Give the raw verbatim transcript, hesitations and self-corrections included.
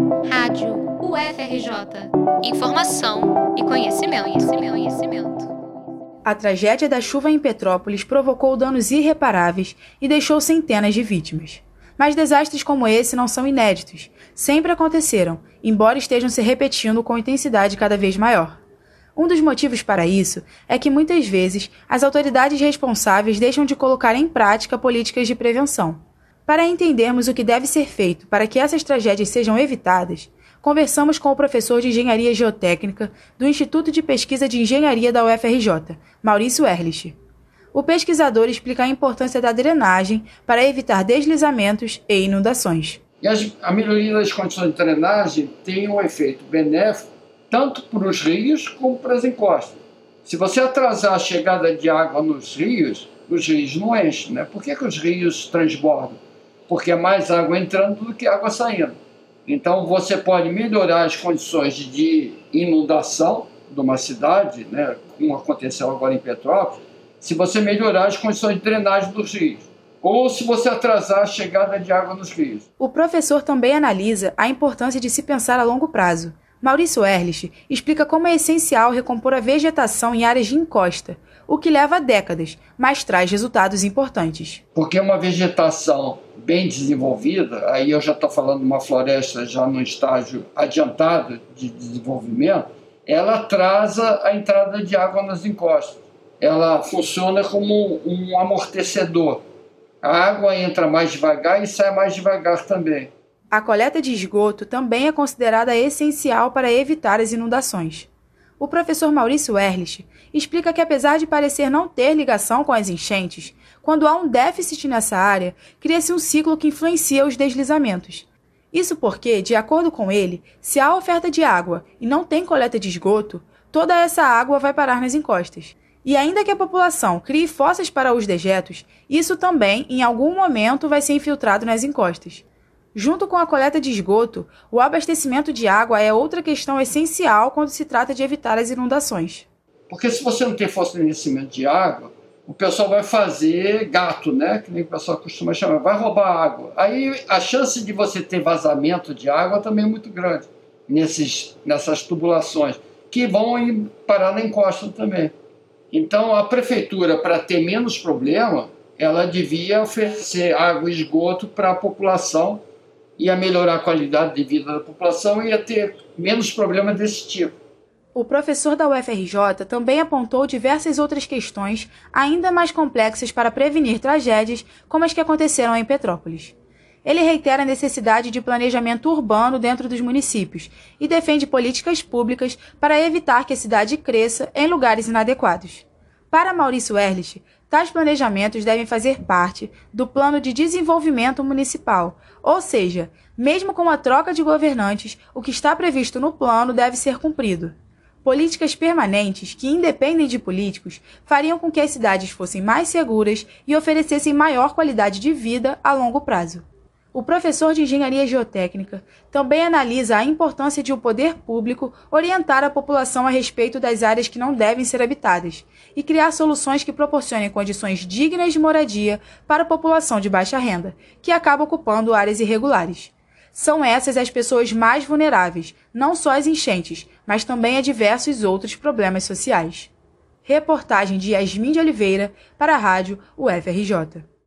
Rádio U F R J. Informação e conhecimento, conhecimento, conhecimento. A tragédia da chuva em Petrópolis provocou danos irreparáveis e deixou centenas de vítimas. Mas desastres como esse não são inéditos. Sempre aconteceram, embora estejam se repetindo com intensidade cada vez maior. Um dos motivos para isso é que, muitas vezes, as autoridades responsáveis deixam de colocar em prática políticas de prevenção. Para entendermos o que deve ser feito para que essas tragédias sejam evitadas, conversamos com o professor de Engenharia Geotécnica do Instituto de Pesquisa de Engenharia da U F R J, Maurício Erlich. O pesquisador explica a importância da drenagem para evitar deslizamentos e inundações. E as, a melhoria das condições de drenagem tem um efeito benéfico tanto para os rios como para as encostas. Se você atrasar a chegada de água nos rios, os rios não enchem, né? Por que que os rios transbordam? Porque é mais água entrando do que água saindo. Então você pode melhorar as condições de inundação de uma cidade, né, como aconteceu agora em Petrópolis, se você melhorar as condições de drenagem dos rios, ou se você atrasar a chegada de água nos rios. O professor também analisa a importância de se pensar a longo prazo. Maurício Erlich explica como é essencial recompor a vegetação em áreas de encosta, o que leva décadas, mas traz resultados importantes. Porque uma vegetação bem desenvolvida, aí eu já estou falando de uma floresta já no estágio adiantado de desenvolvimento, ela atrasa a entrada de água nas encostas. Ela funciona como um amortecedor. A água entra mais devagar e sai mais devagar também. A coleta de esgoto também é considerada essencial para evitar as inundações. O professor Maurício Erlich explica que, apesar de parecer não ter ligação com as enchentes, quando há um déficit nessa área, cria-se um ciclo que influencia os deslizamentos. Isso porque, de acordo com ele, se há oferta de água e não tem coleta de esgoto, toda essa água vai parar nas encostas. E ainda que a população crie fossas para os dejetos, isso também, em algum momento, vai ser infiltrado nas encostas. Junto com a coleta de esgoto, o abastecimento de água é outra questão essencial quando se trata de evitar as inundações. Porque se você não tem fornecimento de água, o pessoal vai fazer gato, né? Que nem o pessoal costuma chamar, vai roubar água. Aí a chance de você ter vazamento de água também é muito grande nesses, nessas tubulações, que vão ir parar na encosta também. Então a prefeitura, para ter menos problema, ela devia oferecer água e esgoto para a população, ia melhorar a qualidade de vida da população e ia ter menos problemas desse tipo. O professor da U F R J também apontou diversas outras questões ainda mais complexas para prevenir tragédias como as que aconteceram em Petrópolis. Ele reitera a necessidade de planejamento urbano dentro dos municípios e defende políticas públicas para evitar que a cidade cresça em lugares inadequados. Para Maurício Erlich, tais planejamentos devem fazer parte do plano de desenvolvimento municipal, ou seja, mesmo com a troca de governantes, o que está previsto no plano deve ser cumprido. Políticas permanentes que independem de políticos fariam com que as cidades fossem mais seguras e oferecessem maior qualidade de vida a longo prazo. O professor de Engenharia Geotécnica também analisa a importância de o poder público orientar a população a respeito das áreas que não devem ser habitadas e criar soluções que proporcionem condições dignas de moradia para a população de baixa renda, que acaba ocupando áreas irregulares. São essas as pessoas mais vulneráveis, não só às enchentes, mas também a diversos outros problemas sociais. Reportagem de Yasmin de Oliveira para a Rádio U F R J.